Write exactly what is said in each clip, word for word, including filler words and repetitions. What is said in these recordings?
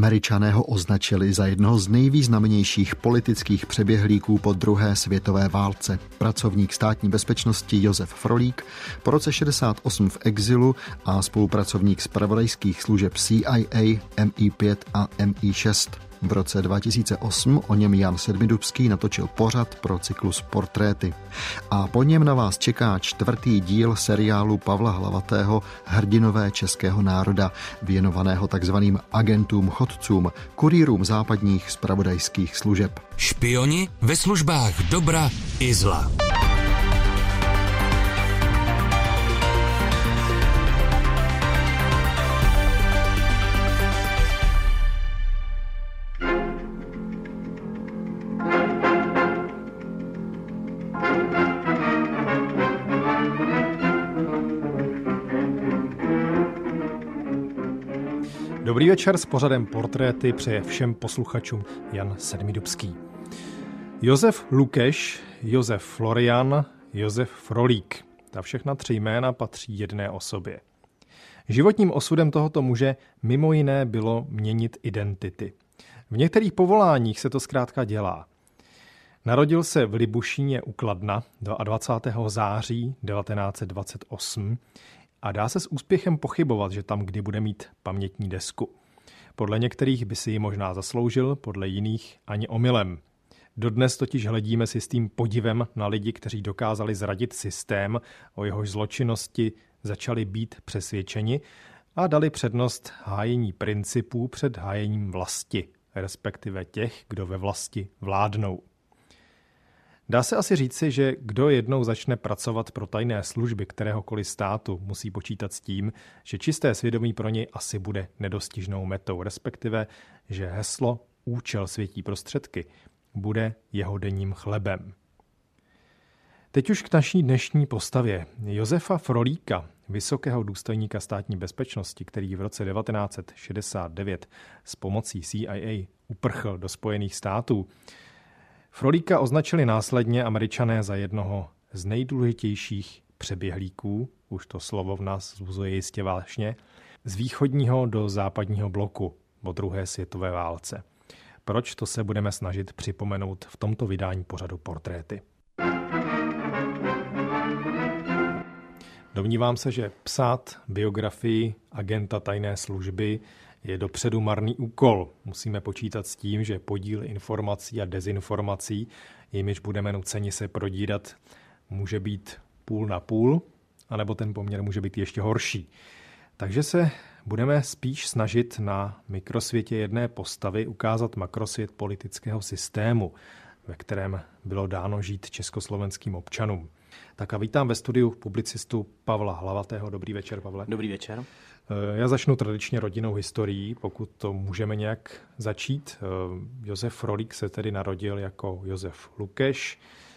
Američané ho označili za jednoho z nejvýznamnějších politických přeběhlíků po druhé světové válce. Pracovník státní bezpečnosti Josef Frolík, po roce šedesát osm v exilu a spolupracovník zpravodajských služeb C I A, M I pět a M I šest. V roce dva tisíce osm o něm Jan Sedmidubský natočil pořad pro cyklus Portréty. A po něm na vás čeká čtvrtý díl seriálu Pavla Hlavatého Hrdinové českého národa, věnovaného takzvaným agentům chodcům, kurýrům západních zpravodajských služeb. Špioni ve službách dobra i zla. Dobrý večer, s pořadem Portréty přeje všem posluchačům Jan Sedmidubský. Josef Lukeš, Josef Florian, Josef Frolík. Ta všechna tři jména patří jedné osobě. Životním osudem tohoto muže mimo jiné bylo měnit identity. V některých povoláních se to zkrátka dělá. Narodil se v Libušíně u Kladna dvacátého druhého září devatenáct set dvacet osm a dá se s úspěchem pochybovat, že tam kdy bude mít pamětní desku. Podle některých by si ji možná zasloužil, podle jiných ani omylem. Dodnes totiž hledíme si s tím podivem na lidi, kteří dokázali zradit systém, o jehož zločinnosti začali být přesvědčeni a dali přednost hájení principů před hájením vlasti, respektive těch, kdo ve vlasti vládnou. Dá se asi říci, že kdo jednou začne pracovat pro tajné služby kteréhokoliv státu, musí počítat s tím, že čisté svědomí pro něj asi bude nedostižnou metou, respektive, že heslo účel světí prostředky bude jeho denním chlebem. Teď už k naší dnešní postavě. Josefa Frolíka, vysokého důstojníka státní bezpečnosti, který v roce devatenáct set šedesát devět s pomocí C I A uprchl do Spojených států, Frolíka označili následně Američané za jednoho z nejdůležitějších přeběhlíků, už to slovo v nás vzbuzuje jistě vášně, z východního do západního bloku po druhé světové válce. Proč, to se budeme snažit připomenout v tomto vydání pořadu Portréty. Domnívám se, že psát biografii agenta tajné služby je dopředu marný úkol. Musíme počítat s tím, že podíl informací a dezinformací, jimiž budeme nuceni se prodírat, může být půl na půl, anebo ten poměr může být ještě horší. Takže se budeme spíš snažit na mikrosvětě jedné postavy ukázat makrosvět politického systému, ve kterém bylo dáno žít československým občanům. Tak a vítám ve studiu publicistu Pavla Hlavatého. Dobrý večer, Pavle. Dobrý večer. Já začnu tradičně rodinnou historií, pokud to můžeme nějak začít. Josef Frolík se tedy narodil jako Josef Lukeš.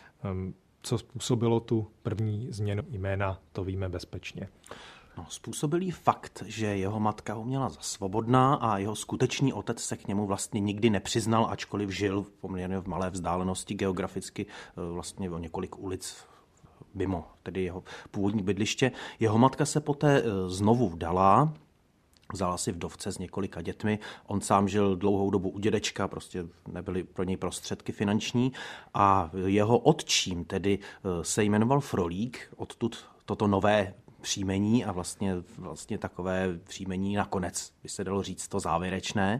Co způsobilo tu první změnu jména, to víme bezpečně. No, způsobilý fakt, že jeho matka ho měla za svobodná a jeho skutečný otec se k němu vlastně nikdy nepřiznal, ačkoliv žil poměrně v malé vzdálenosti geograficky, vlastně o několik ulic mimo, tedy jeho původní bydliště. Jeho matka se poté znovu vdala, vzala si vdovce s několika dětmi. On sám žil dlouhou dobu u dědečka, prostě nebyly pro něj prostředky finanční a jeho otčím tedy se jmenoval Frolík, odtud toto nové příjmení a vlastně, vlastně takové příjmení nakonec, by se dalo říct, to závěrečné.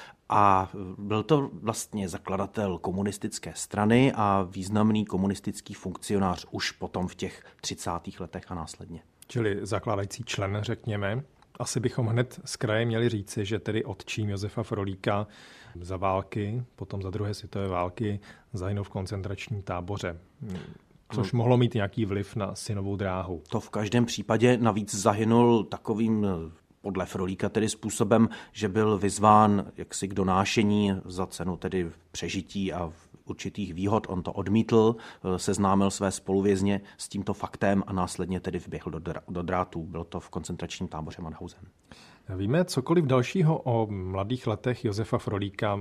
A byl to vlastně zakladatel komunistické strany a významný komunistický funkcionář už potom v těch třicátých letech a následně. Čili zakládající člen, řekněme. Asi bychom hned z kraje měli říci, že tedy otčím Josefa Frolíka za války, potom za druhé světové války, zahynul v koncentračním táboře. Což mohlo mít nějaký vliv na synovou dráhu. To v každém případě navíc zahynul takovým, podle Frolíka tedy způsobem, že byl vyzván jaksi k donášení za cenu tedy přežití a určitých výhod. On to odmítl, seznámil své spoluvězně s tímto faktem a následně tedy vběhl do, drá, do drátů. Bylo to v koncentračním táboře Mauthausen. Víme cokoliv dalšího o mladých letech Josefa Frolíka,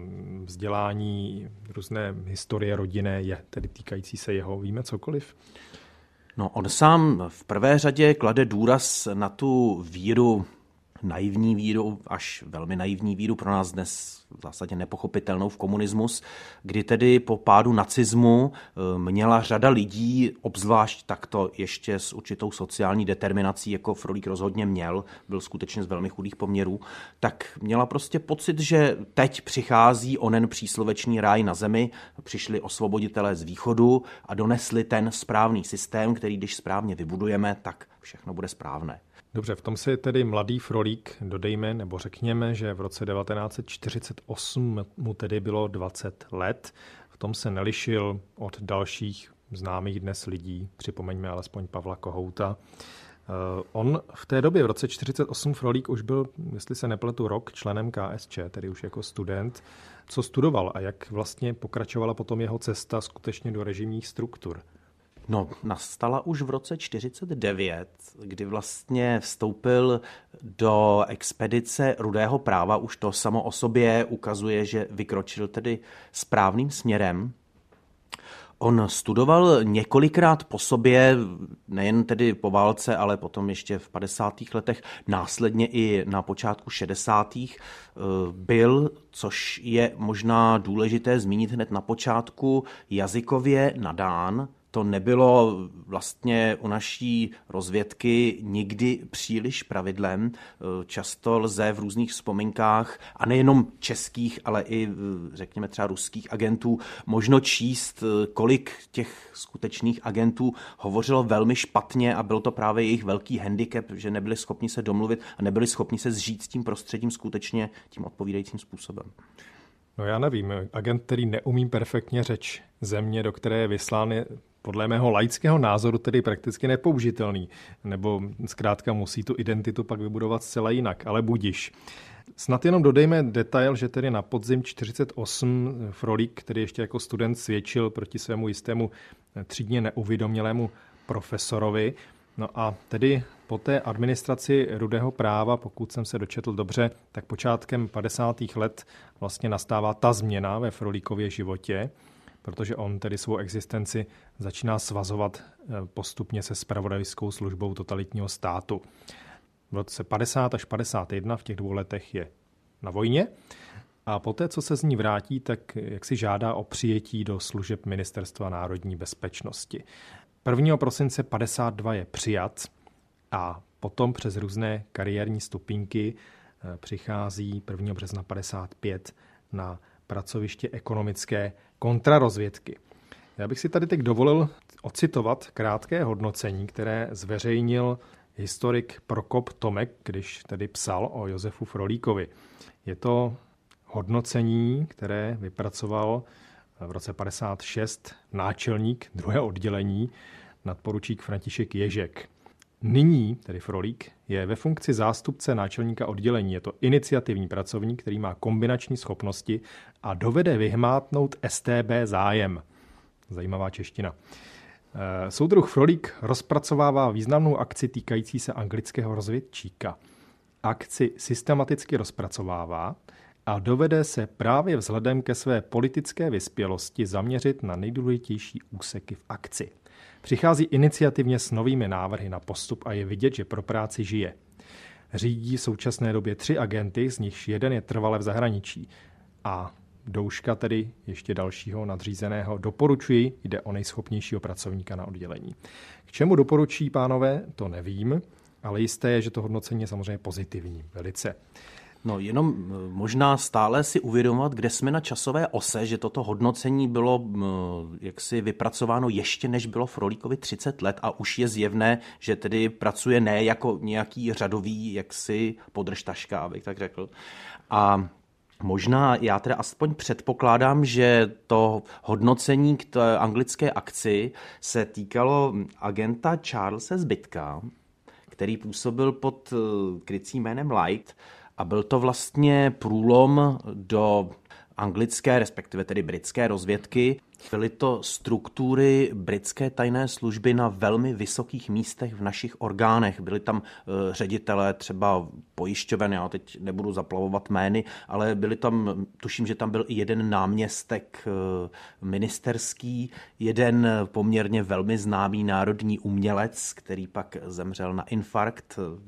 vzdělání, různé historie rodinné, je tedy týkající se jeho, víme cokoliv? No, on sám v prvé řadě klade důraz na tu víru naivní víru, až velmi naivní víru, pro nás dnes v zásadě nepochopitelnou v komunismus, kdy tedy po pádu nacismu měla řada lidí, obzvlášť takto ještě s určitou sociální determinací, jako Frolík rozhodně měl, byl skutečně z velmi chudých poměrů, tak měla prostě pocit, že teď přichází onen příslovečný ráj na zemi, přišli osvoboditelé z východu a donesli ten správný systém, který když správně vybudujeme, tak všechno bude správné. Dobře, v tom si tedy mladý Frolík dodejme, nebo řekněme, že v roce devatenáct set čtyřicet osm mu tedy bylo dvacet let. V tom se nelišil od dalších známých dnes lidí, připomeňme alespoň Pavla Kohouta. On v té době, v roce čtyřicet osm, Frolík už byl, jestli se nepletu, rok členem K S Č, tedy už jako student. Co studoval a jak vlastně pokračovala potom jeho cesta skutečně do režimních struktur? No, nastala už v roce čtyřicet devět, kdy vlastně vstoupil do expedice Rudého práva. Už to samo o sobě ukazuje, že vykročil tedy správným směrem. On studoval několikrát po sobě, nejen tedy po válce, ale potom ještě v padesátých letech, následně i na počátku šedesátých byl, což je možná důležité zmínit hned na počátku, jazykově nadán. To nebylo vlastně u naší rozvědky nikdy příliš pravidlem. Často lze v různých vzpomínkách, a nejenom českých, ale i řekněme třeba ruských agentů, možno číst, kolik těch skutečných agentů hovořilo velmi špatně a byl to právě jejich velký handicap, že nebyli schopni se domluvit a nebyli schopni se zžít s tím prostředím skutečně tím odpovídajícím způsobem. No já nevím, agent, který neumí perfektně řeč země, do které je vyslán, je podle mého laického názoru tedy prakticky nepoužitelný, nebo zkrátka musí tu identitu pak vybudovat zcela jinak, ale budiš. Snad jenom dodejme detail, že tedy na podzim čtyřicet osm Frolík, který ještě jako student svědčil proti svému jistému třídně neuvědomělému profesorovi. No a tedy po té administraci Rudého práva, pokud jsem se dočetl dobře, tak počátkem padesátých let vlastně nastává ta změna ve Frolíkově životě, protože on tedy svou existenci začíná svazovat postupně se zpravodajskou službou totalitního státu. V roce padesát až padesát jedna v těch dvou letech je na vojně a poté, co se z ní vrátí, tak jak si žádá o přijetí do služeb Ministerstva národní bezpečnosti. prvního prosince padesát dva je přijat a potom přes různé kariérní stupínky přichází prvního března padesát pět na pracoviště ekonomické kontrarozvědky. Já bych si tady teď dovolil ocitovat krátké hodnocení, které zveřejnil historik Prokop Tomek, když tedy psal o Josefu Frolíkovi. Je to hodnocení, které vypracoval v roce padesát šest náčelník druhého oddělení nadporučík František Ježek. Nyní, tedy Frolík, je ve funkci zástupce náčelníka oddělení. Je to iniciativní pracovník, který má kombinační schopnosti a dovede vyhmátnout S T B zájem. Zajímavá čeština. Soudruh Frolík rozpracovává významnou akci týkající se anglického rozvědčíka. Akci systematicky rozpracovává a dovede se právě vzhledem ke své politické vyspělosti zaměřit na nejdůležitější úseky v akci. Přichází iniciativně s novými návrhy na postup a je vidět, že pro práci žije. Řídí v současné době tři agenty, z nichž jeden je trvale v zahraničí. A douška tedy ještě dalšího nadřízeného doporučuji, jde o nejschopnějšího pracovníka na oddělení. K čemu doporučí, pánové, to nevím, ale jisté je, že to hodnocení je samozřejmě pozitivní, velice. No jenom možná stále si uvědomovat, kde jsme na časové ose, že toto hodnocení bylo jaksi vypracováno ještě než bylo Frolíkovi třicet let a už je zjevné, že tedy pracuje ne jako nějaký řadový jaksi podržtaška, abych tak řekl. A možná já teda aspoň předpokládám, že to hodnocení k té anglické akci se týkalo agenta Charlesa Zbytka, který působil pod krycím jménem Light, a byl to vlastně průlom do anglické, respektive tedy britské rozvědky. Byly to struktury britské tajné služby na velmi vysokých místech v našich orgánech. Byli tam ředitelé třeba pojišťoven, já teď nebudu zaplavovat jmény, ale byli tam, tuším, že tam byl i jeden náměstek ministerský, jeden poměrně velmi známý národní umělec, který pak zemřel na infarkt,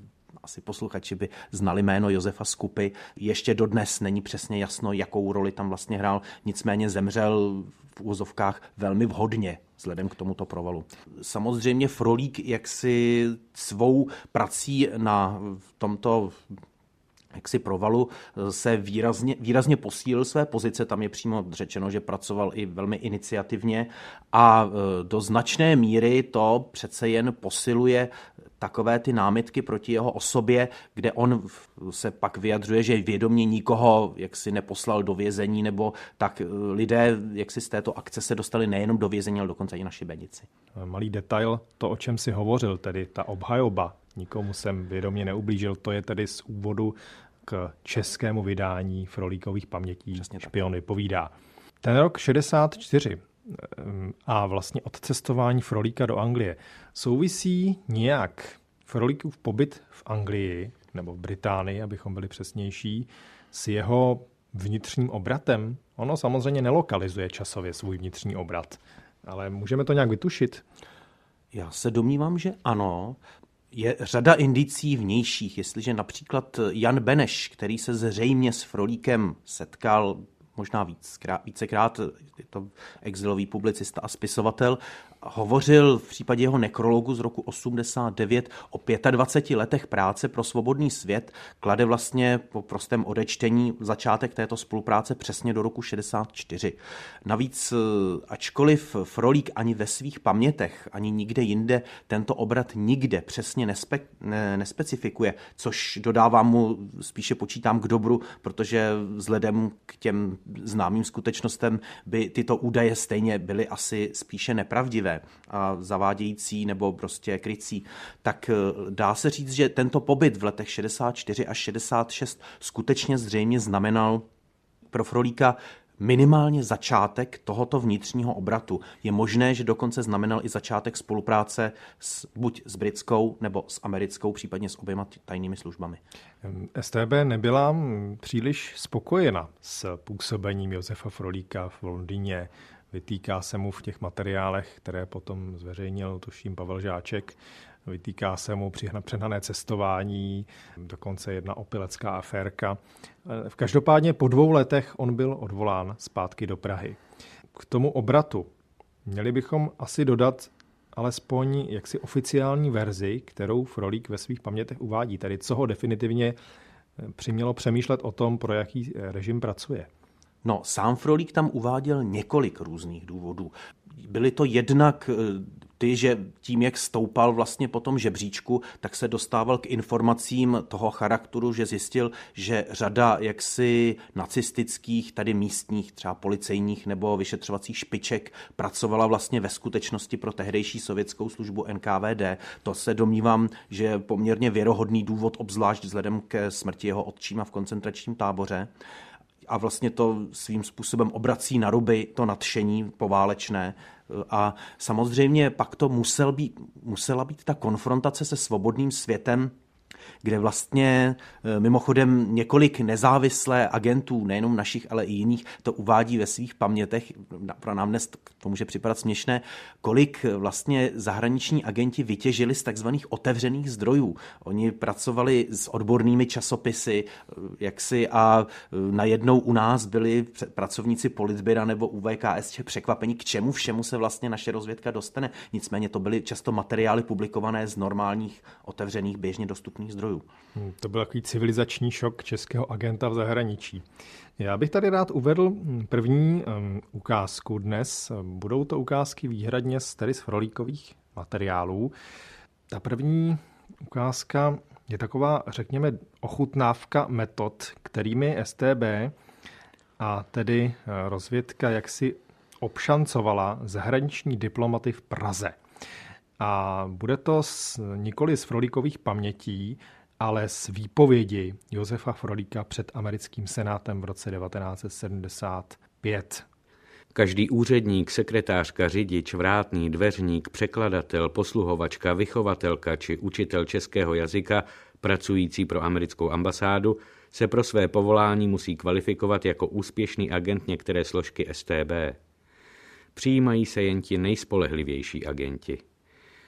asi posluchači by znali jméno Josefa Skupy. Ještě dodnes není přesně jasno, jakou roli tam vlastně hrál, nicméně zemřel v úvozovkách velmi vhodně vzhledem k tomuto provalu. Samozřejmě Frolík jaksi svou prací na tomto jaksi provalu se výrazně, výrazně posílil své pozice, tam je přímo řečeno, že pracoval i velmi iniciativně a do značné míry to přece jen posiluje takové ty námitky proti jeho osobě, kde on se pak vyjadřuje, že vědomě nikoho jaksi neposlal do vězení, nebo tak lidé jaksi z této akce se dostali nejenom do vězení, ale dokonce i na šibenici. Malý detail, to, o čem si hovořil, tedy ta obhajoba, nikomu jsem vědomě neublížil, to je tedy z úvodu k českému vydání Frolíkových pamětí. Přesně Špion vypovídá. Ten rok šedesát čtyři a vlastně odcestování Frolíka do Anglie souvisí nějak Frolíkův pobyt v Anglii nebo v Británii, abychom byli přesnější, s jeho vnitřním obratem. Ono samozřejmě nelokalizuje časově svůj vnitřní obrat, ale můžeme to nějak vytušit? Já se domnívám, že ano. Je řada indicí vnějších, jestliže například Jan Beneš, který se zřejmě s Frolíkem setkal možná víckrát, vícekrát, je to exilový publicista a spisovatel, hovořil v případě jeho nekrologu z roku osmdesát devět o dvaceti pěti letech práce pro Svobodný svět, klade vlastně po prostém odečtení začátek této spolupráce přesně do roku šedesát čtyři. Navíc, ačkoliv Frolík ani ve svých pamětech, ani nikde jinde tento obrat nikde přesně nespe, ne, nespecifikuje, což dodávám mu, spíše počítám k dobru, protože vzhledem k těm známým skutečnostem by tyto údaje stejně byly asi spíše nepravdivé a zavádějící nebo prostě krycí, tak dá se říct, že tento pobyt v letech šedesát čtyři až šedesát šest skutečně zřejmě znamenal pro Frolíka minimálně začátek tohoto vnitřního obratu. Je možné, že dokonce znamenal i začátek spolupráce s, buď s britskou nebo s americkou, případně s oběma tajnými službami. S T B nebyla příliš spokojena s působením Josefa Frolíka v Londýně. Vytýká se mu v těch materiálech, které potom zveřejnil, tuším, Pavel Žáček, vytýká se mu přehnané cestování, dokonce jedna opilecká aférka. V každopádně po dvou letech on byl odvolán zpátky do Prahy. K tomu obratu měli bychom asi dodat alespoň jaksi oficiální verzi, kterou Frolík ve svých pamětech uvádí, tedy co ho definitivně přimělo přemýšlet o tom, pro jaký režim pracuje. No, sám Frolík tam uváděl několik různých důvodů. Byly to jednak ty, že tím, jak stoupal vlastně po tom žebříčku, tak se dostával k informacím toho charakteru, že zjistil, že řada jaksi nacistických, tady místních, třeba policejních nebo vyšetřovacích špiček pracovala vlastně ve skutečnosti pro tehdejší sovětskou službu N K V D. To se domnívám, že je poměrně věrohodný důvod, obzvlášť vzhledem ke smrti jeho otčíma v koncentračním táboře. A vlastně to svým způsobem obrací na ruby to nadšení poválečné. A samozřejmě pak to musel být, musela být ta konfrontace se svobodným světem, kde vlastně mimochodem několik nezávislé agentů, nejenom našich, ale i jiných, to uvádí ve svých pamětech, pro nám dnes to může připadat směšné, kolik vlastně zahraniční agenti vytěžili z takzvaných otevřených zdrojů. Oni pracovali s odbornými časopisy, jaksi a najednou u nás byli pracovníci Politbyra nebo U V K S Č překvapení, k čemu všemu se vlastně naše rozvědka dostane. Nicméně to byly často materiály publikované z normálních, otevřených, běžně dostupných zdrojů. To byl takový civilizační šok českého agenta v zahraničí. Já bych tady rád uvedl první um, ukázku dnes. Budou to ukázky výhradně z, tedy z Frolíkových materiálů. Ta první ukázka je taková, řekněme, ochutnávka metod, kterými S T B a tedy rozvědka jaksi obšancovala zahraniční diplomaty v Praze. A bude to z, nikoli z Frolíkových pamětí, ale z výpovědi Josefa Frolíka před americkým senátem v roce devatenáct set sedmdesát pět. Každý úředník, sekretářka, řidič, vrátný, dveřník, překladatel, posluhovačka, vychovatelka či učitel českého jazyka pracující pro americkou ambasádu se pro své povolání musí kvalifikovat jako úspěšný agent některé složky S T B. Přijímají se jen ti nejspolehlivější agenti.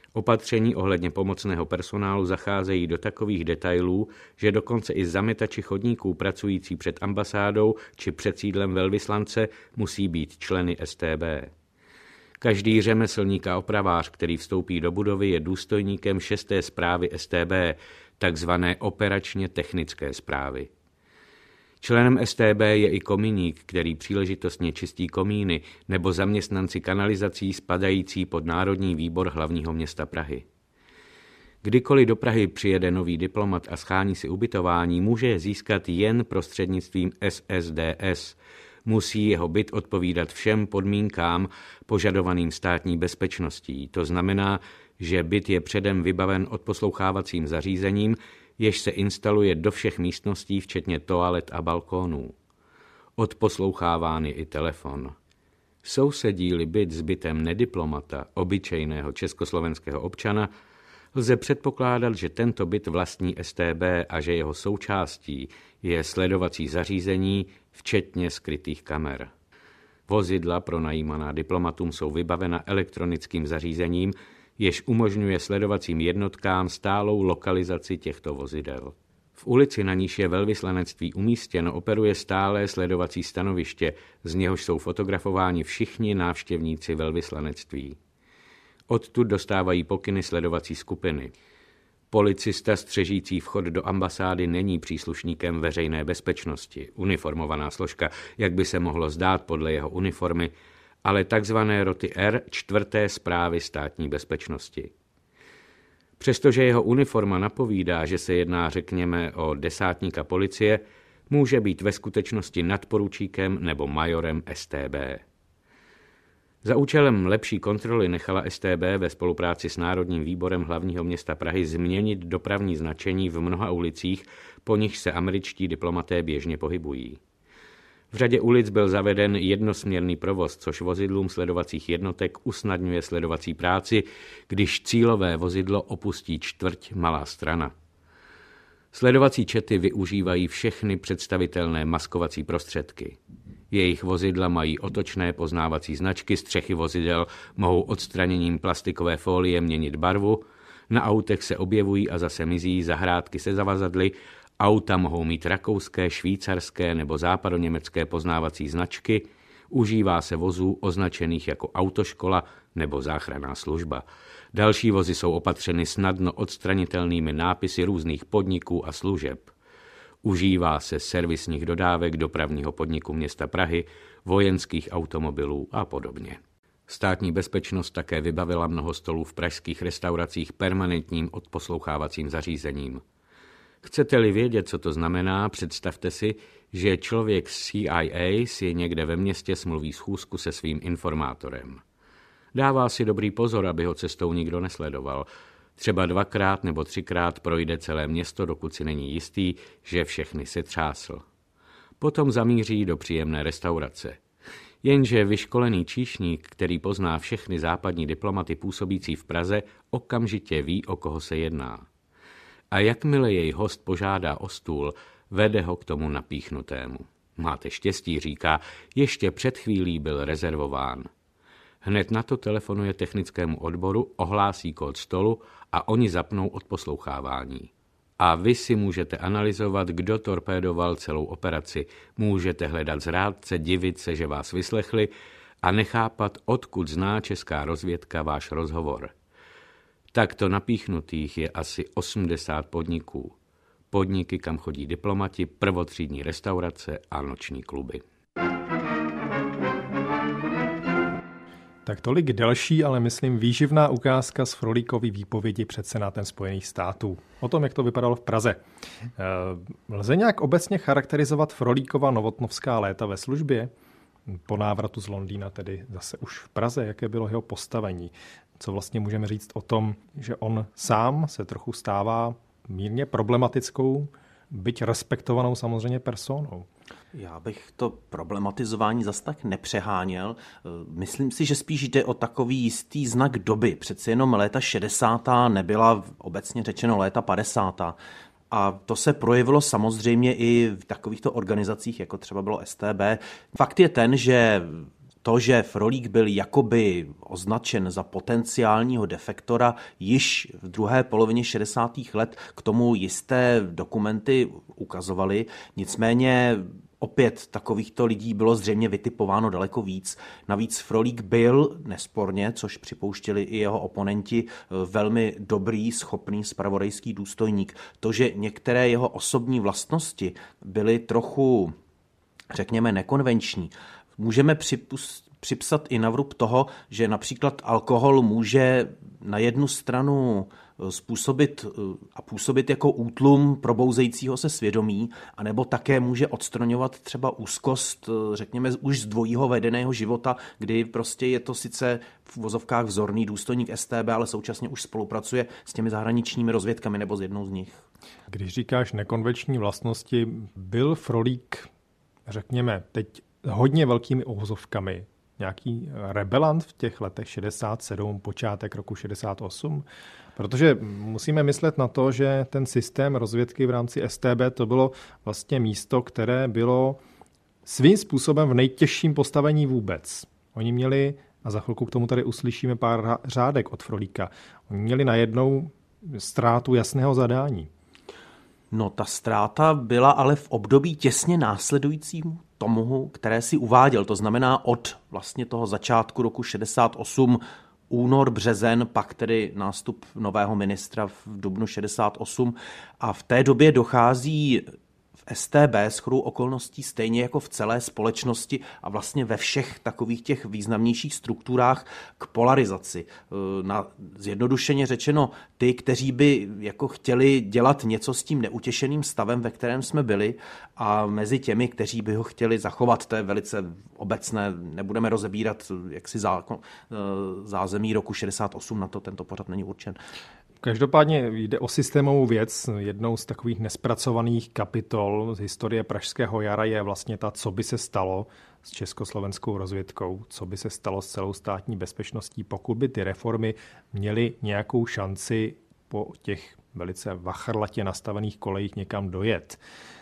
Opatření ohledně pomocného personálu zacházejí do takových detailů, že dokonce i zametači chodníků pracující před ambasádou či před sídlem velvyslance musí být členy S T B. Každý řemeslník a opravář, který vstoupí do budovy, je důstojníkem šesté správy S T B, takzvané operačně technické správy. Členem S T B je i kominík, který příležitostně čistí komíny, nebo zaměstnanci kanalizací spadající pod Národní výbor hlavního města Prahy. Kdykoliv do Prahy přijede nový diplomat a schání si ubytování, může je získat jen prostřednictvím S S D S. Musí jeho byt odpovídat všem podmínkám požadovaným státní bezpečností. To znamená, že byt je předem vybaven odposlouchávacím zařízením, jež se instaluje do všech místností, včetně toalet a balkónů. Odposloucháván je i telefon. Sousedí-li byt s bytem nediplomata, obyčejného československého občana, lze předpokládat, že tento byt vlastní S T B a že jeho součástí je sledovací zařízení, včetně skrytých kamer. Vozidla pronajímaná diplomatům jsou vybavena elektronickým zařízením, jež umožňuje sledovacím jednotkám stálou lokalizaci těchto vozidel. V ulici, na níž je velvyslanectví umístěno, operuje stálé sledovací stanoviště, z něhož jsou fotografováni všichni návštěvníci velvyslanectví. Odtud dostávají pokyny sledovací skupiny. Policista střežící vchod do ambasády není příslušníkem veřejné bezpečnosti, uniformovaná složka, jak by se mohlo zdát podle jeho uniformy, ale takzvané roty R čtvrté správy státní bezpečnosti. Přestože jeho uniforma napovídá, že se jedná, řekněme, o desátníka policie, může být ve skutečnosti nadporučíkem nebo majorem S T B. Za účelem lepší kontroly nechala S T B ve spolupráci s Národním výborem hlavního města Prahy změnit dopravní značení v mnoha ulicích, po nichž se američtí diplomaté běžně pohybují. V řadě ulic byl zaveden jednosměrný provoz, což vozidlům sledovacích jednotek usnadňuje sledovací práci, když cílové vozidlo opustí čtvrť Malá Strana. Sledovací čety využívají všechny představitelné maskovací prostředky. Jejich vozidla mají otočné poznávací značky, střechy vozidel mohou odstraněním plastikové folie měnit barvu, na autech se objevují a zase mizí zahrádky se zavazadly, auta mohou mít rakouské, švýcarské nebo západoněmecké poznávací značky, užívá se vozů označených jako autoškola nebo záchranná služba. Další vozy jsou opatřeny snadno odstranitelnými nápisy různých podniků a služeb. Užívá se servisních dodávek dopravního podniku města Prahy, vojenských automobilů a podobně. Státní bezpečnost také vybavila mnoho stolů v pražských restauracích permanentním odposlouchávacím zařízením. Chcete-li vědět, co to znamená, představte si, že člověk z C I A si někde ve městě smluví schůzku se svým informátorem. Dává si dobrý pozor, aby ho cestou nikdo nesledoval. Třeba dvakrát nebo třikrát projde celé město, dokud si není jistý, že všechny se třásl. Potom zamíří do příjemné restaurace. Jenže vyškolený číšník, který pozná všechny západní diplomaty působící v Praze, okamžitě ví, o koho se jedná. A jakmile jej host požádá o stůl, vede ho k tomu napíchnutému. Máte štěstí, říká, ještě před chvílí byl rezervován. Hned na to telefonuje technickému odboru, ohlásí kód stolu a oni zapnou odposlouchávání. A vy si můžete analyzovat, kdo torpédoval celou operaci. Můžete hledat zrádce, divit se, že vás vyslechli a nechápat, odkud zná česká rozvědka váš rozhovor. Takto napíchnutých je asi osmdesát podniků. Podniky, kam chodí diplomati, prvotřídní restaurace a noční kluby. Tak tolik další, ale myslím výživná ukázka z Frolíkovy výpovědi před Senátem Spojených států. O tom, jak to vypadalo v Praze. Lze nějak obecně charakterizovat Frolíkova novotnovská léta ve službě? Po návratu z Londýna tedy zase už v Praze, jaké bylo jeho postavení? Co vlastně můžeme říct o tom, že on sám se trochu stává mírně problematickou, byť respektovanou samozřejmě personou? Já bych to problematizování zas tak nepřeháněl. Myslím si, že spíš jde o takový jistý znak doby. Přeci jenom léta šedesátá nebyla obecně řečeno léta padesátá. A to se projevilo samozřejmě i v takovýchto organizacích, jako třeba bylo S T B. Fakt je ten, že To, že Frolík byl jakoby označen za potenciálního defektora již v druhé polovině šedesátých let, k tomu jisté dokumenty ukazovaly. Nicméně opět takovýchto lidí bylo zřejmě vytipováno daleko víc. Navíc Frolík byl nesporně, což připouštěli i jeho oponenti, velmi dobrý, schopný zpravodajský důstojník. To, že některé jeho osobní vlastnosti byly trochu, řekněme, nekonvenční, můžeme připustit, připsat i na vrub toho, že například alkohol může na jednu stranu způsobit a působit jako útlum probouzejícího se svědomí, anebo také může odstraňovat třeba úzkost, řekněme, už z dvojího vedeného života, kdy prostě je to sice v vozovkách vzorný důstojník S T B, ale současně už spolupracuje s těmi zahraničními rozvědkami nebo s jednou z nich. Když říkáš nekonvenční vlastnosti, byl Frolík, řekněme, teď hodně velkými uvozovkami nějaký rebelant v těch letech šedesát sedm, počátek roku šedesát osm? Protože musíme myslet na to, že ten systém rozvědky v rámci S T B to bylo vlastně místo, které bylo svým způsobem v nejtěžším postavení vůbec. Oni měli, a za chvilku k tomu tady uslyšíme pár řádek od Frolíka, oni měli najednou ztrátu jasného zadání. No, ta ztráta byla ale v období těsně následujícímu tomu, které si uváděl. To znamená od vlastně toho začátku roku šedesát osm, únor, březen, pak tedy nástup nového ministra v dubnu šedesát osm. A v té době dochází v S T B shodou okolností stejně jako v celé společnosti a vlastně ve všech takových těch významnějších strukturách k polarizaci. Na, zjednodušeně řečeno, ty, kteří by jako chtěli dělat něco s tím neutěšeným stavem, ve kterém jsme byli, a mezi těmi, kteří by ho chtěli zachovat, to je velice obecné, nebudeme rozebírat jaksi zákon, zázemí roku šedesát osm, na to tento pořad není určen. Každopádně jde o systémovou věc. Jednou z takových nespracovaných kapitol z historie Pražského jara je vlastně ta, co by se stalo s československou rozvědkou, co by se stalo s celou státní bezpečností, pokud by ty reformy měly nějakou šanci po těch velice vachrlatě nastavených kolejích někam dojet.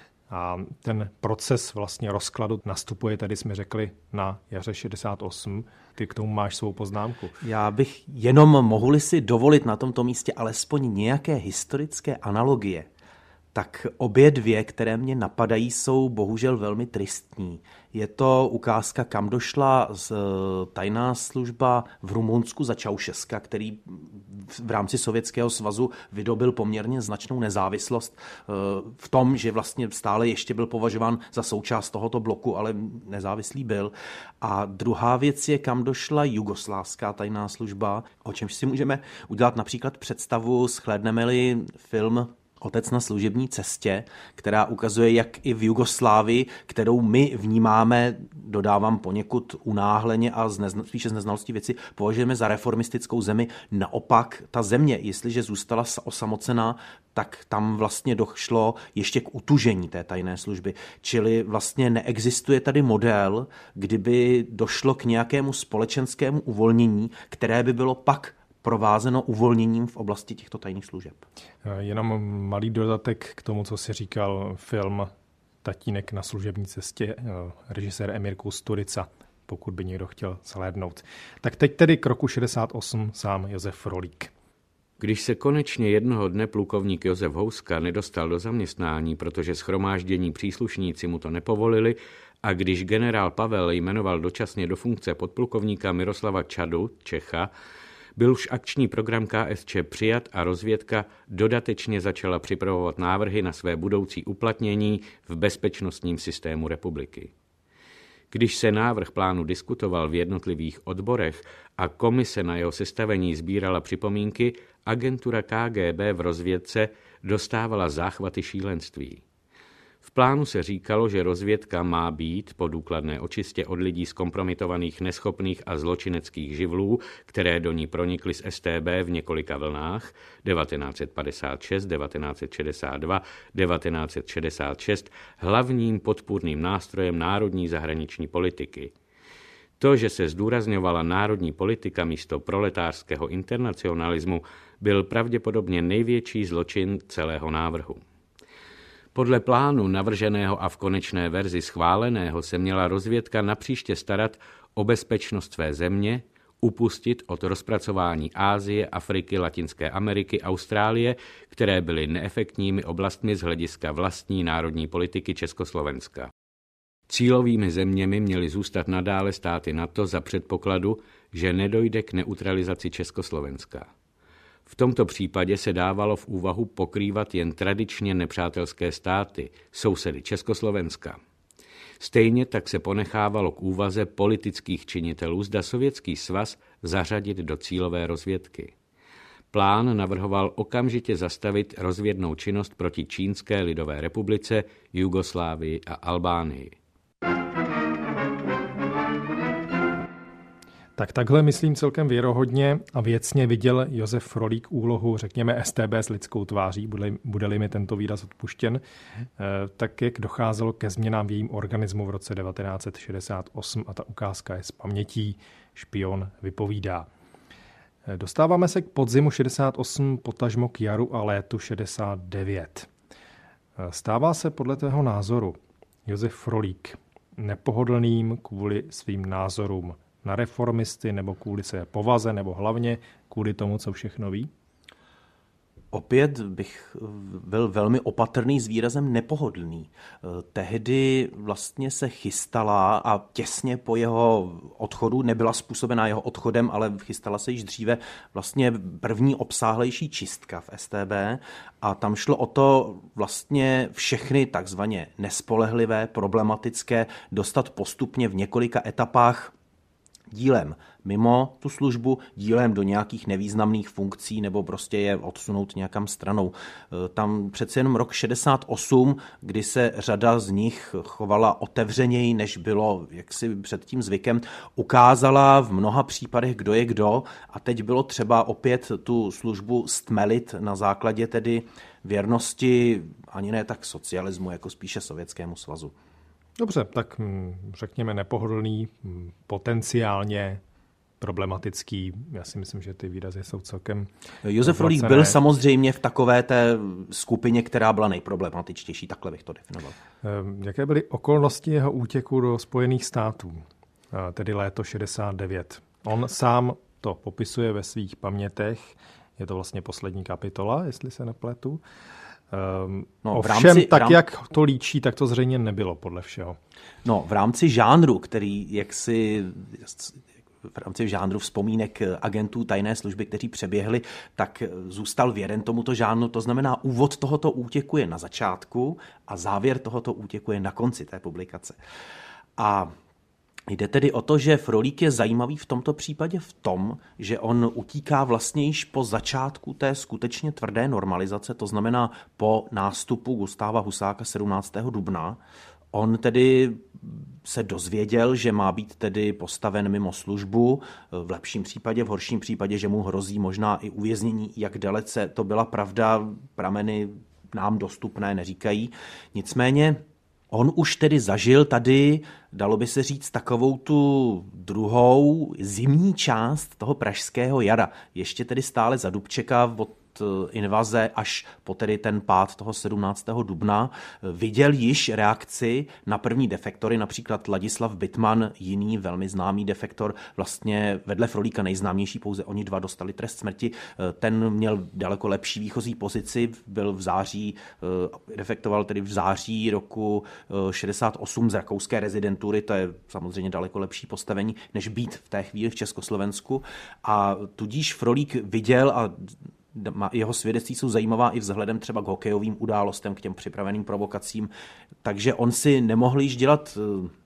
A ten proces vlastně rozkladu nastupuje, tady jsme řekli, na jaře šedesát osm. Ty k tomu máš svou poznámku. Já bych jenom mohli si dovolit na tomto místě alespoň nějaké historické analogie. Tak obě dvě, které mě napadají, jsou bohužel velmi tristní. Je to ukázka, kam došla z tajná služba v Rumunsku za Čaušeska, který v rámci Sovětského svazu vydobil poměrně značnou nezávislost v tom, že vlastně stále ještě byl považován za součást tohoto bloku, ale nezávislý byl. A druhá věc je, kam došla jugoslávská tajná služba, o čemž si můžeme udělat například představu, shlédneme-li film Otec na služební cestě, která ukazuje, jak i v Jugoslávii, kterou my vnímáme, dodávám poněkud unáhleně a z nezna, spíše z neznalosti věci, považujeme za reformistickou zemi. Naopak ta země, jestliže zůstala osamocená, tak tam vlastně došlo ještě k utužení té tajné služby. Čili vlastně neexistuje tady model, kdyby došlo k nějakému společenskému uvolnění, které by bylo pak provázeno uvolněním v oblasti těchto tajných služeb. Jenom malý dodatek k tomu, co si říkal film Tatínek na služební cestě, režisér Emir Kusturica, pokud by někdo chtěl zhlédnout. Tak teď tedy k roku šedesát osm sám Josef Frolík. Když se konečně jednoho dne plukovník Josef Houska nedostal do zaměstnání, protože shromáždění příslušníci mu to nepovolili, a když generál Pavel jmenoval dočasně do funkce podplukovníka Miroslava Čadu, Čecha, byl už akční program K S Č přijat a rozvědka dodatečně začala připravovat návrhy na své budoucí uplatnění v bezpečnostním systému republiky. Když se návrh plánu diskutoval v jednotlivých odborech a komise na jeho sestavení sbírala připomínky, agentura K G B v rozvědce dostávala záchvaty šílenství. V plánu se říkalo, že rozvědka má být po důkladné očistě od lidí zkompromitovaných, neschopných a zločineckých živlů, které do ní pronikly z S T B v několika vlnách devatenáct set padesát šest, devatenáct set šedesát dva, devatenáct set šedesát šest, hlavním podpůrným nástrojem národní zahraniční politiky. To, že se zdůrazňovala národní politika místo proletářského internacionalismu, byl pravděpodobně největší zločin celého návrhu. Podle plánu navrženého a v konečné verzi schváleného se měla rozvědka napříště starat o bezpečnost své země, upustit od rozpracování Asie, Afriky, Latinské Ameriky, Austrálie, které byly neefektními oblastmi z hlediska vlastní národní politiky Československa. Cílovými zeměmi měly zůstat nadále státy NATO za předpokladu, že nedojde k neutralizaci Československa. V tomto případě se dávalo v úvahu pokrývat jen tradičně nepřátelské státy, sousedy Československa. Stejně tak se ponechávalo k úvaze politických činitelů, zda Sovětský svaz zařadit do cílové rozvědky. Plán navrhoval okamžitě zastavit rozvědnou činnost proti Čínské lidové republice, Jugoslávii a Albánii. Tak takhle, myslím, celkem věrohodně a věcně viděl Josef Frolík úlohu, řekněme, S T B s lidskou tváří, bude-li mi tento výraz odpuštěn, tak jak docházelo ke změnám v jejím organismu v roce devatenáct set šedesát osm a ta ukázka je z pamětí, špion vypovídá. Dostáváme se k podzimu šedesát osm, potažmo k jaru a létu šedesát devět. Stává se podle tého názoru Josef Frolík nepohodlným kvůli svým názorům na reformisty, nebo kvůli své povaze, nebo hlavně kvůli tomu, co všechno ví? Opět bych byl velmi opatrný s výrazem nepohodlný. Tehdy vlastně se chystala a těsně po jeho odchodu, nebyla způsobená jeho odchodem, ale chystala se již dříve vlastně první obsáhlejší čistka v S T B a tam šlo o to vlastně všechny takzvaně nespolehlivé, problematické dostat postupně v několika etapách dílem mimo tu službu, dílem do nějakých nevýznamných funkcí nebo prostě je odsunout nějakam stranou. Tam přece jenom rok šedesát osm, kdy se řada z nich chovala otevřeněji, než bylo jaksi před tím zvykem, ukázala v mnoha případech, kdo je kdo a teď bylo třeba opět tu službu stmelit na základě tedy věrnosti ani ne tak socialismu, jako spíše Sovětskému svazu. Dobře, tak řekněme nepohodlný, potenciálně problematický. Já si myslím, že ty výrazy jsou celkem... Josef Frolík byl samozřejmě v takové té skupině, která byla nejproblematičtější, takhle bych to definoval. Jaké byly okolnosti jeho útěku do Spojených států, tedy léto šedesát devět? On sám to popisuje ve svých pamětech, je to vlastně poslední kapitola, jestli se nepletu. Um, no, ovšem, rámci, tak rám... jak to líčí, tak to zřejmě nebylo podle všeho. No, v rámci žánru, který jaksi v rámci žánru vzpomínek agentů tajné služby, kteří přeběhli, tak zůstal věren tomuto žánru. To znamená, úvod tohoto útěku je na začátku a závěr tohoto útěku je na konci té publikace. A jde tedy o to, že Frolík je zajímavý v tomto případě v tom, že on utíká vlastně již po začátku té skutečně tvrdé normalizace, to znamená po nástupu Gustáva Husáka sedmnáctého dubna. On tedy se dozvěděl, že má být tedy postaven mimo službu, v lepším případě, v horším případě, že mu hrozí možná i uvěznění, jak dalece to byla pravda, prameny nám dostupné neříkají. Nicméně on už tedy zažil tady, dalo by se říct, takovou tu druhou zimní část toho pražského jara. Ještě tedy stále za Dubčeka od invaze až po tedy ten pád toho sedmnáctého dubna. Viděl již reakci na první defektory, například Ladislav Bittman, jiný velmi známý defektor, vlastně vedle Frolíka nejznámější, pouze oni dva dostali trest smrti. Ten měl daleko lepší výchozí pozici, byl v září, defektoval tedy v září roku šedesát osm z rakouské rezidentury, to je samozřejmě daleko lepší postavení, než být v té chvíli v Československu. A tudíž Frolík viděl a jeho svědectví jsou zajímavá i vzhledem třeba k hokejovým událostem, k těm připraveným provokacím, takže on si nemohl již dělat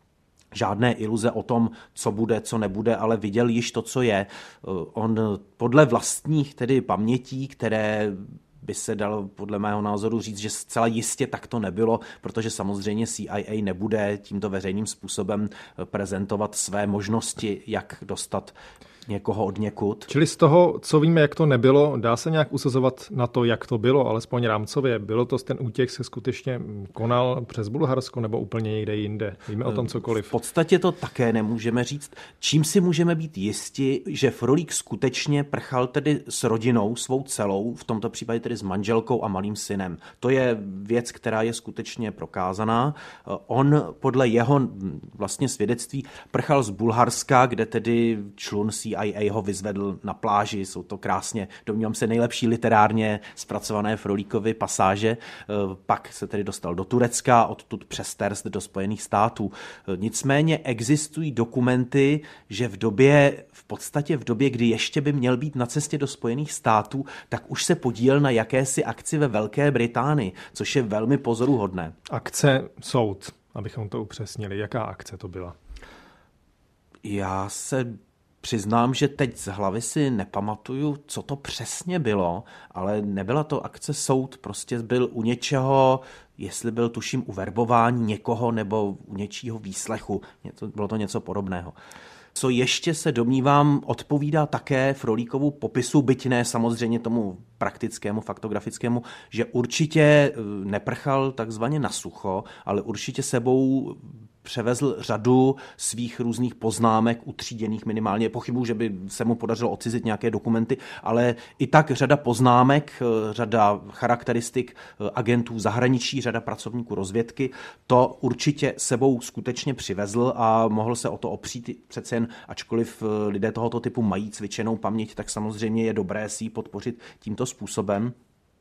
žádné iluze o tom, co bude, co nebude, ale viděl již to, co je. On podle vlastních tedy pamětí, které by se dalo podle mého názoru říct, že zcela jistě tak to nebylo, protože samozřejmě C I A nebude tímto veřejným způsobem prezentovat své možnosti, jak dostat někoho od někud. Čili z toho, co víme, jak to nebylo, dá se nějak usazovat na to, jak to bylo, alespoň rámcově. Bylo to, ten útěk se skutečně konal přes Bulharsko nebo úplně někde jinde? Víme o tom cokoliv? V podstatě to také nemůžeme říct. Čím si můžeme být jisti, že Frolík skutečně prchal tedy s rodinou svou celou, v tomto případě tedy tedy s manželkou a malým synem. To je věc, která je skutečně prokázaná. On podle jeho vlastně svědectví prchal z Bulharska, kde tedy člun C I A ho vyzvedl na pláži. Jsou to krásně, domnívám se, nejlepší literárně zpracované Frolíkovy pasáže. Pak se tedy dostal do Turecka, odtud přes Terst do Spojených států. Nicméně existují dokumenty, že v době, v podstatě v době, kdy ještě by měl být na cestě do Spojených států, tak už se podílel na jakési akci ve Velké Británii, což je velmi pozoruhodné. Akce soud, abychom to upřesnili. Jaká akce to byla? Já se přiznám, že teď z hlavy si nepamatuju, co to přesně bylo, ale nebyla to akce soud, prostě byl u něčeho, jestli byl tuším u verbování někoho nebo u něčího výslechu, bylo to něco podobného. Co ještě se domnívám odpovídá také Frolíkovu popisu, byť ne samozřejmě tomu praktickému, faktografickému, že určitě neprchal takzvaně na sucho, ale určitě sebou převezl řadu svých různých poznámek, utříděných minimálně. Pochybuji, že by se mu podařilo odcizit nějaké dokumenty, ale i tak řada poznámek, řada charakteristik agentů zahraničí, řada pracovníků rozvědky, to určitě sebou skutečně přivezl a mohl se o to opřít. Přece jen, ačkoliv lidé tohoto typu mají cvičenou paměť, tak samozřejmě je dobré si ji podpořit tímto způsobem.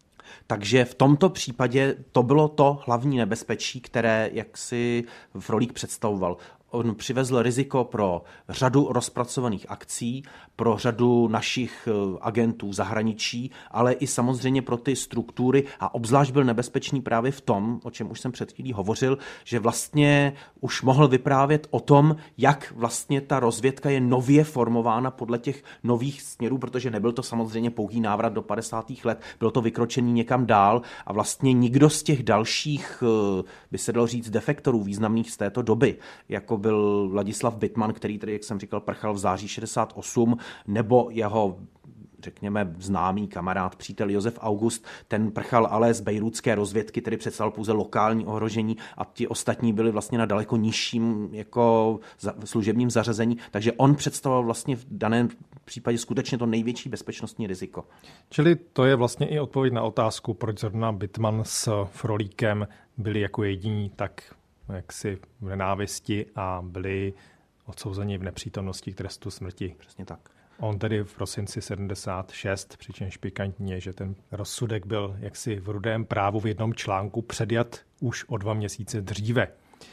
Takže v tomto případě to bylo to hlavní nebezpečí, které jaksi Frolík představoval. On přivezl riziko pro řadu rozpracovaných akcí, pro řadu našich agentů v zahraničí, ale i samozřejmě pro ty struktury a obzvlášť byl nebezpečný právě v tom, o čem už jsem před chvílí hovořil, že vlastně už mohl vyprávět o tom, jak vlastně ta rozvědka je nově formována podle těch nových směrů, protože nebyl to samozřejmě pouhý návrat do padesátých let, bylo to vykročení někam dál a vlastně nikdo z těch dalších, by se dalo říct, defektorů významných z této doby, jako byl Ladislav Bittman, který tedy, jak jsem říkal, prchal v září šedesát osm, nebo jeho, řekněme, známý kamarád, přítel Josef August, ten prchal ale z bejrútské rozvědky, tedy představil pouze lokální ohrožení a ti ostatní byli vlastně na daleko nižším jako služebním zařazení, takže on představoval vlastně v daném případě skutečně to největší bezpečnostní riziko. Čili to je vlastně i odpověď na otázku, proč zrovna Bittman s Frolíkem byli jako jediní tak jaksi v nenávisti a byli odsouzeni v nepřítomnosti k trestu smrti. Přesně tak. On tedy v prosinci sedmdesát šest, přičemž pikantně, že ten rozsudek byl jaksi v Rudém právu v jednom článku předjat už o dva měsíce dříve.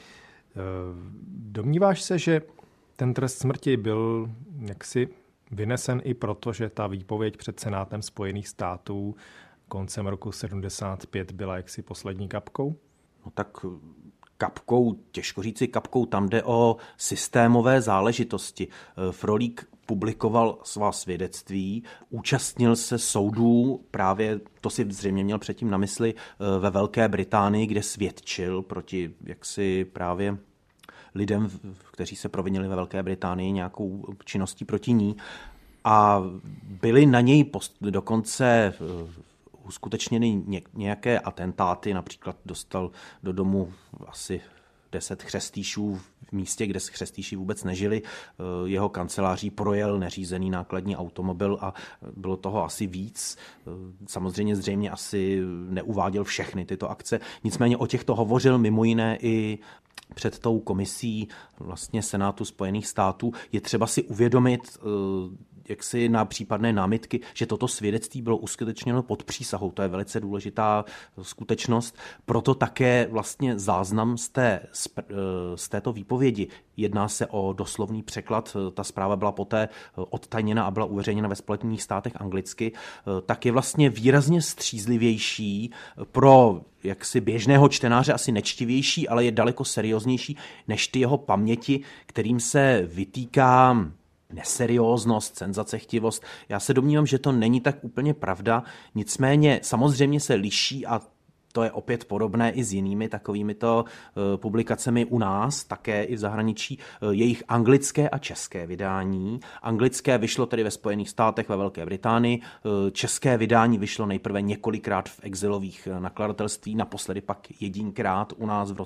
Domníváš se, že ten trest smrti byl jaksi vynesen i proto, že ta výpověď před Senátem Spojených států koncem roku sedmdesát pět byla jaksi poslední kapkou? No tak kapkou, těžko říci kapkou, tam jde o systémové záležitosti. Frolík publikoval svá svědectví, účastnil se soudů, právě to si zřejmě měl předtím na mysli, ve Velké Británii, kde svědčil proti jaksi právě lidem, kteří se provinili ve Velké Británii nějakou činností proti ní. A byli na něj post, dokonce uskutečněny nějaké atentáty, například dostal do domu asi deset chřestýšů v místě, kde chřestýši vůbec nežili. Jeho kanceláří projel neřízený nákladní automobil a bylo toho asi víc. Samozřejmě zřejmě asi neuváděl všechny tyto akce. Nicméně o těchto hovořil mimo jiné i před tou komisí vlastně Senátu Spojených států. Je třeba si uvědomit, jaksi na případné námitky, že toto svědectví bylo uskutečněno pod přísahou. To je velice důležitá skutečnost. Proto také vlastně záznam z, té, z této výpovědi. Jedná se o doslovný překlad. Ta zpráva byla poté odtajněna a byla uveřejněna ve Spojených státech anglicky. Tak je vlastně výrazně střízlivější pro jaksi běžného čtenáře, asi nečtivější, ale je daleko serióznější než ty jeho paměti, kterým se vytýká neserióznost, senzacechtivost. Já se domnívám, že to není tak úplně pravda, nicméně samozřejmě se liší a to je opět podobné i s jinými takovýmito publikacemi u nás, také i v zahraničí, jejich anglické a české vydání. Anglické vyšlo tedy ve Spojených státech, ve Velké Británii, české vydání vyšlo nejprve několikrát v exilových nakladatelství, naposledy pak jedinkrát u nás v roce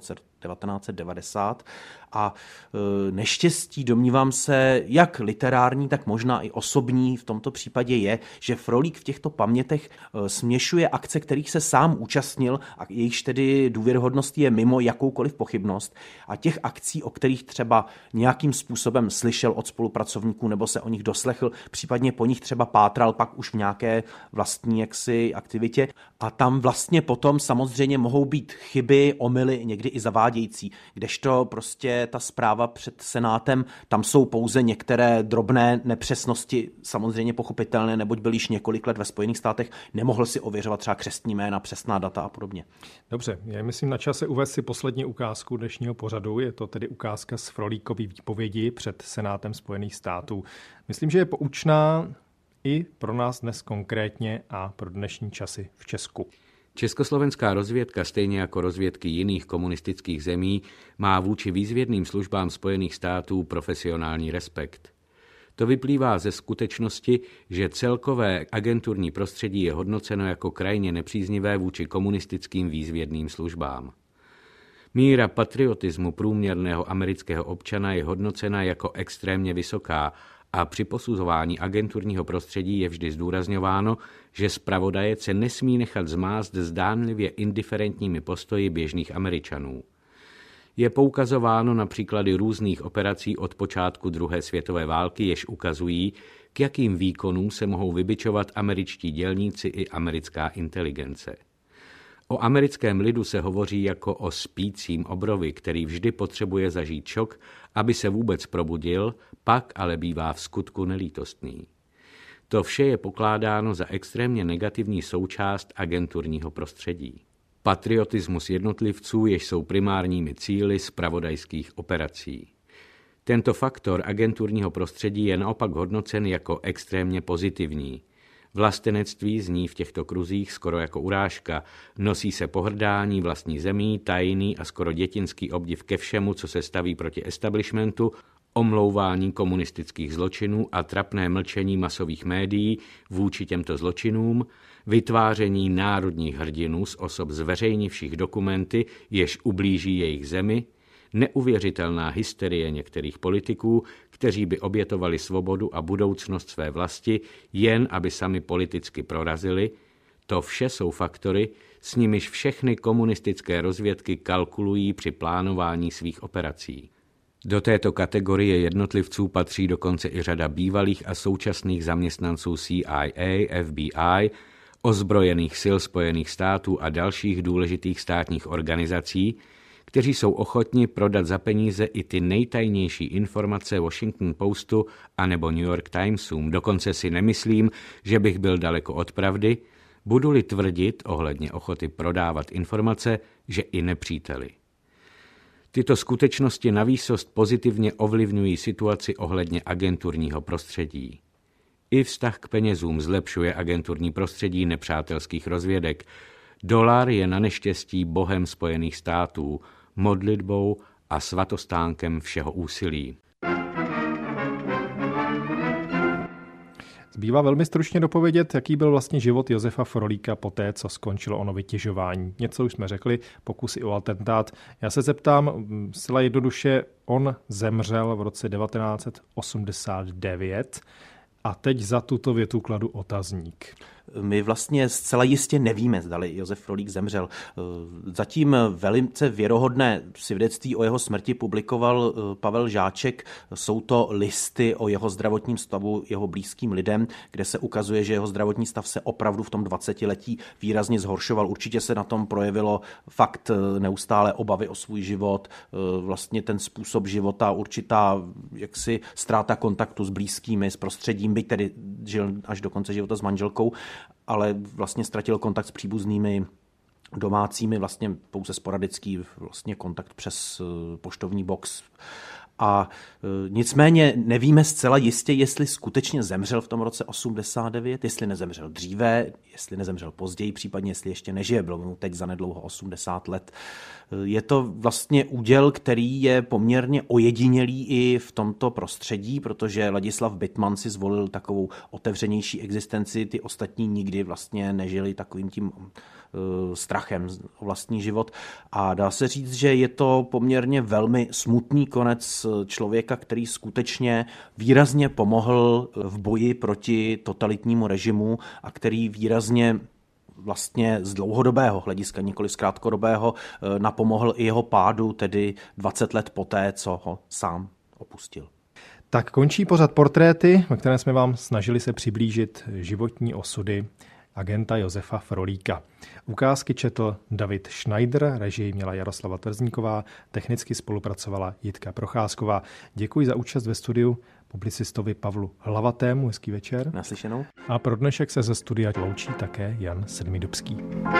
devatenáct set devadesát a neštěstí, domnívám se, jak literární, tak možná i osobní v tomto případě je, že Frolík v těchto pamětech směšuje akce, kterých se sám účastnil a jejichž tedy důvěryhodnost je mimo jakoukoliv pochybnost a těch akcí, o kterých třeba nějakým způsobem slyšel od spolupracovníků nebo se o nich doslechl, případně po nich třeba pátral pak už v nějaké vlastní jaksi aktivitě a tam vlastně potom samozřejmě mohou být chyby, omyly, někdy i zavádějící, kdežto prostě ta zpráva před Senátem, tam jsou pouze některé drobné nepřesnosti, samozřejmě pochopitelné, neboť byl již několik let ve Spojených státech, nemohl si ověřovat třeba křestní jména, přesná data a podobně. Dobře, já myslím na čase uvést si poslední ukázku dnešního pořadu, je to tedy ukázka z Frolíkovy výpovědi před Senátem Spojených států. Myslím, že je poučná i pro nás dnes konkrétně a pro dnešní časy v Česku. Československá rozvědka, stejně jako rozvědky jiných komunistických zemí, má vůči výzvědným službám Spojených států profesionální respekt. To vyplývá ze skutečnosti, že celkové agenturní prostředí je hodnoceno jako krajně nepříznivé vůči komunistickým výzvědným službám. Míra patriotismu průměrného amerického občana je hodnocena jako extrémně vysoká a při posuzování agenturního prostředí je vždy zdůrazňováno, že zpravodajec se nesmí nechat zmást zdánlivě indiferentními postoji běžných Američanů. Je poukazováno na příklady různých operací od počátku druhé světové války, jež ukazují, k jakým výkonům se mohou vybičovat američtí dělníci i americká inteligence. O americkém lidu se hovoří jako o spícím obrovi, který vždy potřebuje zažít šok, aby se vůbec probudil, pak ale bývá v skutku nelítostný. To vše je pokládáno za extrémně negativní součást agenturního prostředí. Patriotismus jednotlivců, jež jsou primárními cíli zpravodajských operací. Tento faktor agenturního prostředí je naopak hodnocen jako extrémně pozitivní. Vlastenectví zní v těchto kruzích skoro jako urážka, nosí se pohrdání vlastní zemí, tajný a skoro dětinský obdiv ke všemu, co se staví proti establishmentu, omlouvání komunistických zločinů a trapné mlčení masových médií vůči těmto zločinům, vytváření národních hrdinů z osob zveřejnivších dokumenty, jež ublíží jejich zemi, neuvěřitelná hysterie některých politiků, kteří by obětovali svobodu a budoucnost své vlasti, jen aby sami politicky prorazili, to vše jsou faktory, s nimiž všechny komunistické rozvědky kalkulují při plánování svých operací. Do této kategorie jednotlivců patří dokonce i řada bývalých a současných zaměstnanců C I A, F B I, ozbrojených sil Spojených států a dalších důležitých státních organizací, kteří jsou ochotni prodat za peníze i ty nejtajnější informace Washington Postu anebo New York Timesům. Dokonce si nemyslím, že bych byl daleko od pravdy, budu-li tvrdit ohledně ochoty prodávat informace, že i nepříteli. Tyto skutečnosti navýsost pozitivně ovlivňují situaci ohledně agenturního prostředí. I vztah k penězům zlepšuje agenturní prostředí nepřátelských rozvědek. Dolar je na neštěstí bohem Spojených států, modlitbou a svatostánkem všeho úsilí. Zbývá velmi stručně dopovědět, jaký byl vlastně život Josefa Frolíka poté, co skončilo ono vytěžování. Něco už jsme řekli, pokusy o atentát. Já se zeptám zcela jednoduše, on zemřel v roce devatenáct set osmdesát devět a teď za tuto větu kladu otazník. My vlastně zcela jistě nevíme, zdali Josef Frolík zemřel. Zatím velice věrohodné svědectví o jeho smrti publikoval Pavel Žáček. Jsou to listy o jeho zdravotním stavu jeho blízkým lidem, kde se ukazuje, že jeho zdravotní stav se opravdu v tom dvacetiletí výrazně zhoršoval. Určitě se na tom projevilo fakt neustále obavy o svůj život, vlastně ten způsob života, určitá jaksi ztráta kontaktu s blízkými, s prostředím, byť tedy žil až do konce života s manželkou, ale vlastně ztratil kontakt s příbuznými domácími, vlastně pouze sporadický vlastně kontakt přes poštovní box. A e, nicméně nevíme zcela jistě, jestli skutečně zemřel v tom roce osmdesát devět, jestli nezemřel dříve, jestli nezemřel později, případně jestli ještě nežije, bylo mu teď zanedlouho osmdesát let. Je to vlastně úděl, který je poměrně ojedinělý i v tomto prostředí, protože Ladislav Bittmann si zvolil takovou otevřenější existenci, ty ostatní nikdy vlastně nežili takovým tím uh, strachem o vlastní život. A dá se říct, že je to poměrně velmi smutný konec člověka, který skutečně výrazně pomohl v boji proti totalitnímu režimu a který výrazně vlastně z dlouhodobého hlediska, nikoli z krátkodobého, napomohl i jeho pádu, tedy dvacet let poté, co ho sám opustil. Tak končí pořad Portréty, ve kterém jsme vám snažili se přiblížit životní osudy agenta Josefa Frolíka. Ukázky četl David Schneider, režii měla Jaroslava Trzníková, technicky spolupracovala Jitka Procházková. Děkuji za účast ve studiu publicistovi Pavlu Hlavatému. Hezký večer. Naslyšenou. A pro dnešek se ze studia loučí také Jan Sedmidubský.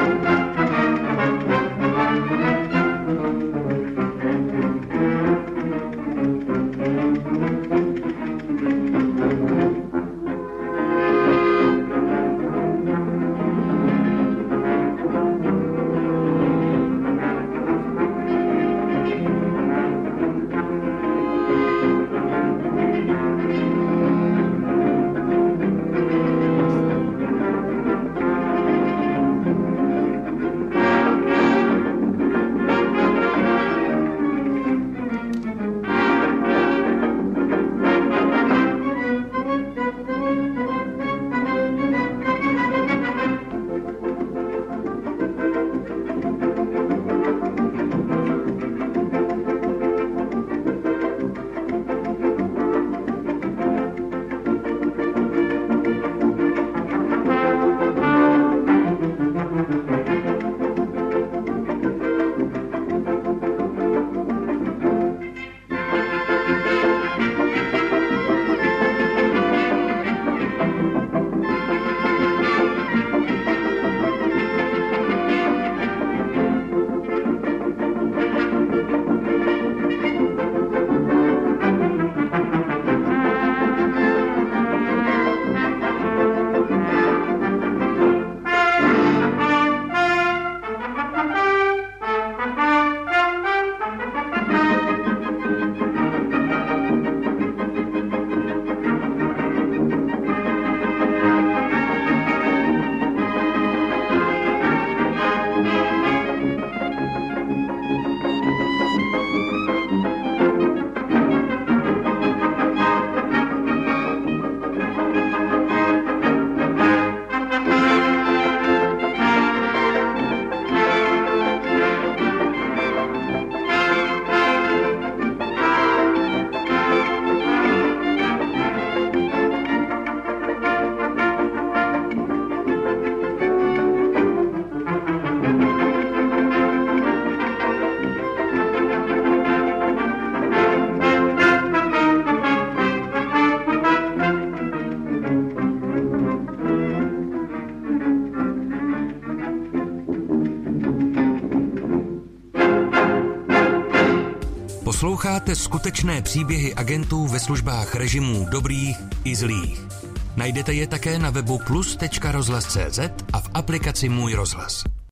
Posloucháte skutečné příběhy agentů ve službách režimů dobrých i zlých. Najdete je také na webu plus tečka rozhlas tečka cé zet a v aplikaci Můj rozhlas.